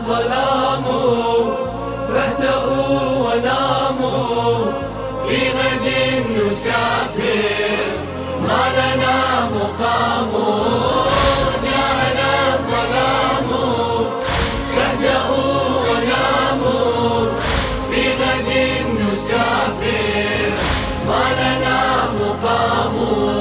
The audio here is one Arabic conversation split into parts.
الظلام فاهدأوا وناموا في غد نسافر ما لنا مقام جاءنا الظلام فاهدأوا وناموا في غد نسافر ما لنا مقام.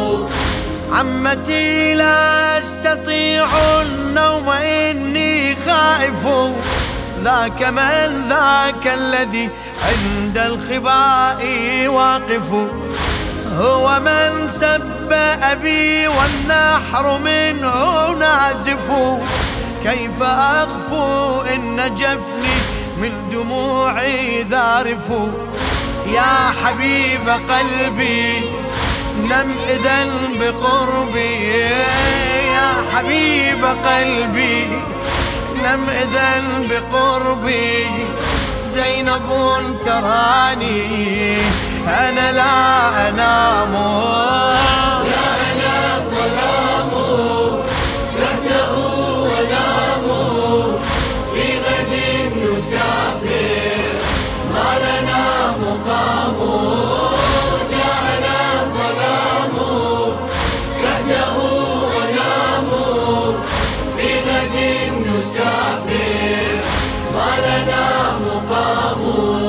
عمتي لا أستطيع النوم إني خائف، ذاك من ذاك الذي عند الخباء واقف، هو من سب أبي والنحر منه نازف، كيف أخفو إن جفني من دموعي ذارف. يا حبيب قلبي نم إذن بقربي، يا حبيب قلبي نم إذن بقربي، زينب تراني أنا لا أنام. جاءنا الظلام فاهدأوا وناموا في غد نسافر ما لنا مقام. جاءنا الظلام فاهدأوا وناموا في غد نسافر ما لنا مقام.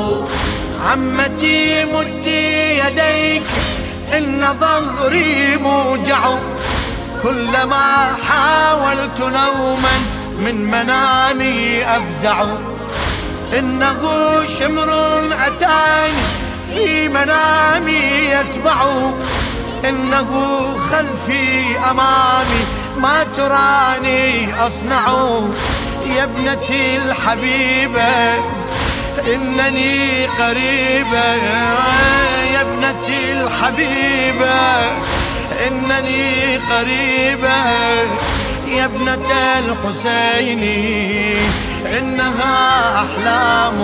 عمتي مدي يديك إن ظهري موجع، كلما حاولت نوما من منامي أفزع، إنه شمر أتاني في منامي يتبع، إنه خلفي أمامي ما تراني أصنع. يا ابنتي الحبيبة إنني قريبة، يا ابنتي الحبيبة إنني قريبة، يا ابنة الحسين إنها أحلام.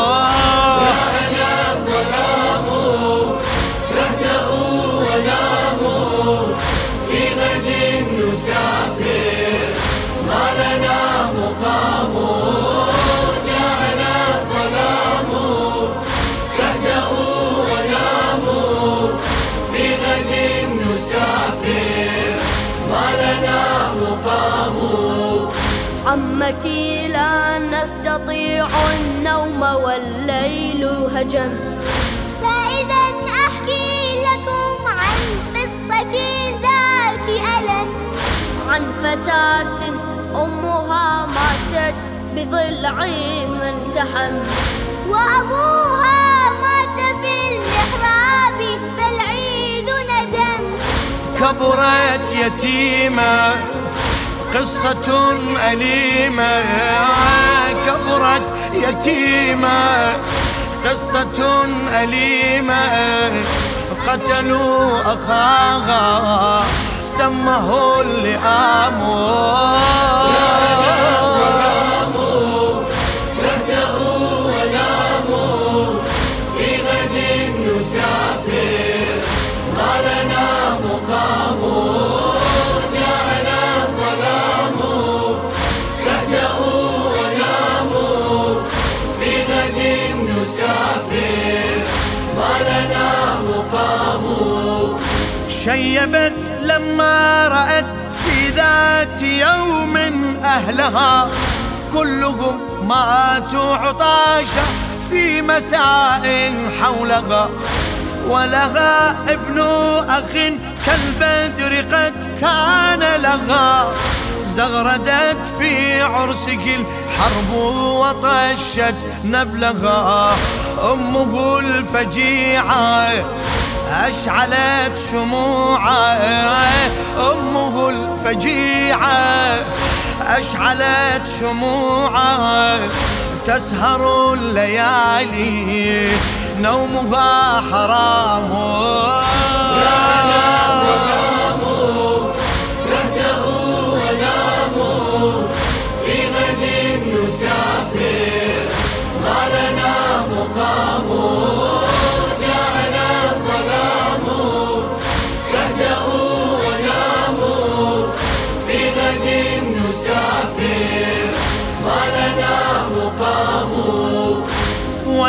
جاءنا الظلام فاهدأوا وناموا في غد نسافر ما لنا مقام. جاءنا الظلام فاهدأوا وناموا في غد نسافر ما لنا مقام. عمتي لا نستطيع النوم والليل هجم، فإذا أحكي لكم عن قصة ذات ألم، عن فتاة أمها ماتت بضلع ملتحم، وأبوها مات في المحراب فالعيد ندم. كبرت يتيمة قصة أليمة، كبرت يتيمة قصة أليمة، قتلوا أخاها سمه اللئام. فاهدأوا وناموا في غد نسافر ما لنا مقام. جاءنا الظلام فاهدأوا وناموا في غد نسافر ما لنا مقام. شيبت لما رأت في ذات يوم أهلها كلهم ماتوا عطاشا في مساء حولها، ولها ابن أخ كالبدر قد كان لها، زغردت في عرسه الحرب وطشت نبلها، أمه الفجيعة أشعلت شموعا، أمه الفجيعة أشعلت شموعا، تسهر الليالي نومها حرام. فاهدأوا وناموا في غد نسافر ما لنا مقام. جاءنا الظلام فاهدأوا وناموا في غد نسافر ما لنا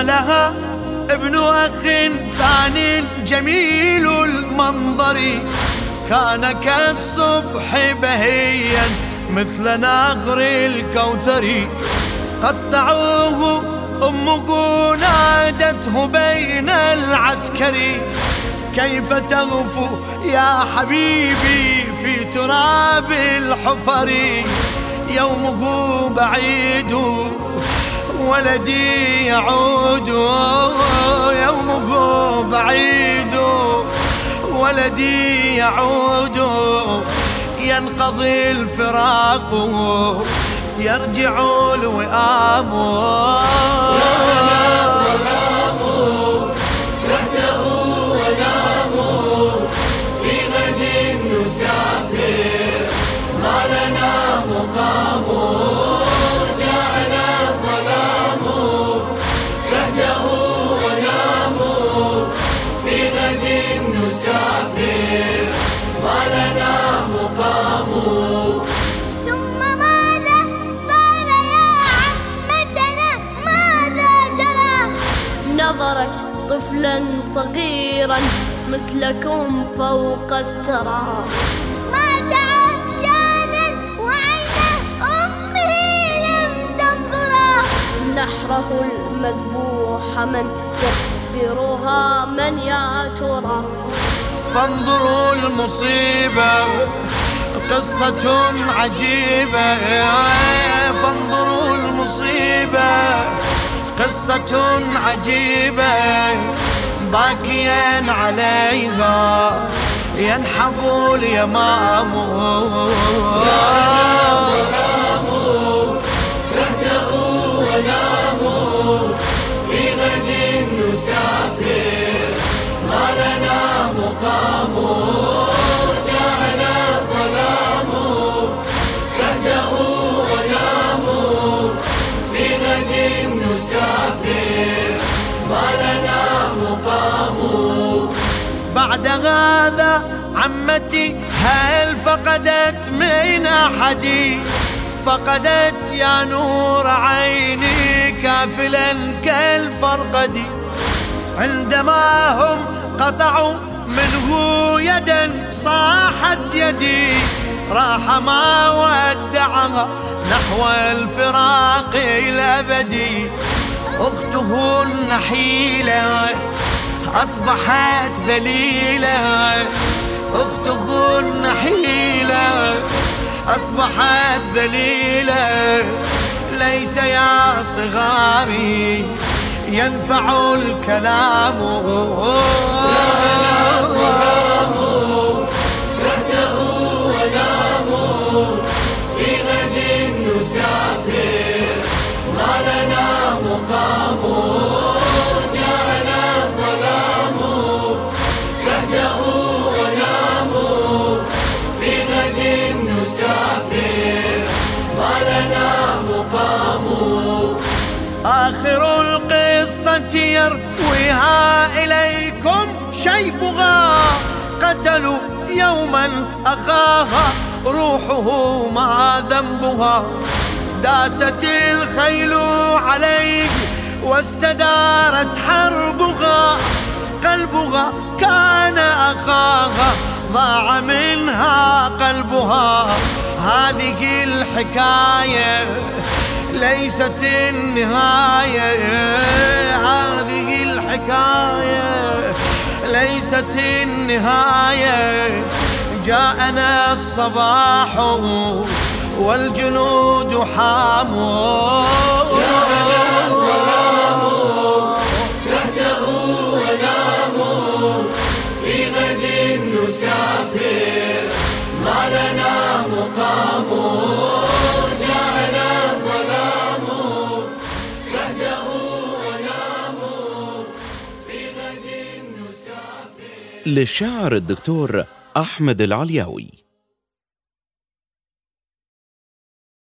ولها ابن أخ ثاني جميل المنظر، كان كالصبح بهيا مثل نهر الكوثر. قطعوه أمه نادته بين العسكر، كيف تغفو يا حبيبي في تراب الحفر. يومه بعيد ولدي يعود، يومه بعيد ولدي يعود. ينقضي الفراق يرجع الوئام. رهده وناموا في غد نسافر، ما لنا مقام. جاءنا الظلام رهده وناموا في غد نسافر، ما لنا مقام. ثم ماذا صار يا عمتنا؟ ماذا جرى؟ نظرت طفلا صغيرا مثلكم فوق الثرى، مات عطشانا وعين أمه لم تنظرا. نحره المذبوح من يكبرها من يا ترى؟ فانظروا المصيبة قصة عجيبة، فانظروا المصيبة قصة عجيبة. باكيا عليها ينحب اليمام. رهده وناموا في غد نسافر، ما لنا مقام. جاءنا الظلام رهده وناموا في غد نسافر، ما لنا مقام. بعد هذا عمتي هل فقدت من أحد؟ فقدت يا نور عيني كافلا كالفرقد. عندما هم قطعوا منه يدا صاحت يدي، راح ما ودعها نحو الفراق الأبدي. أخته النحيلة أصبحت ذليلة، أخته النحيلة أصبحت ذليلة. ليس يا صغاري ينفع الكلام. رهده وناموا في غد نسافر، ما لنا مقام. جاءنا الظلام رهده وناموا في غد نسافر، ما لنا مقام. آخر القصة يرويها إليكم شيبها، قتلوا يوما أخاها روحه ما ذنبها. داست الخيل عليه واستدارت حربها، قلبها كان أخاها ضاع منها قلبها. هذه الحكاية ليست النهاية، هذه الحكاية ليست النهاية. جاءنا الصباح والجنود حاموا، جاءنا الظلام رهده وناموا في غد نسافر، ما لنا مقام. جاءنا الظلام رهده وناموا في غد نسافر. للشاعر الدكتور أحمد العلياوي.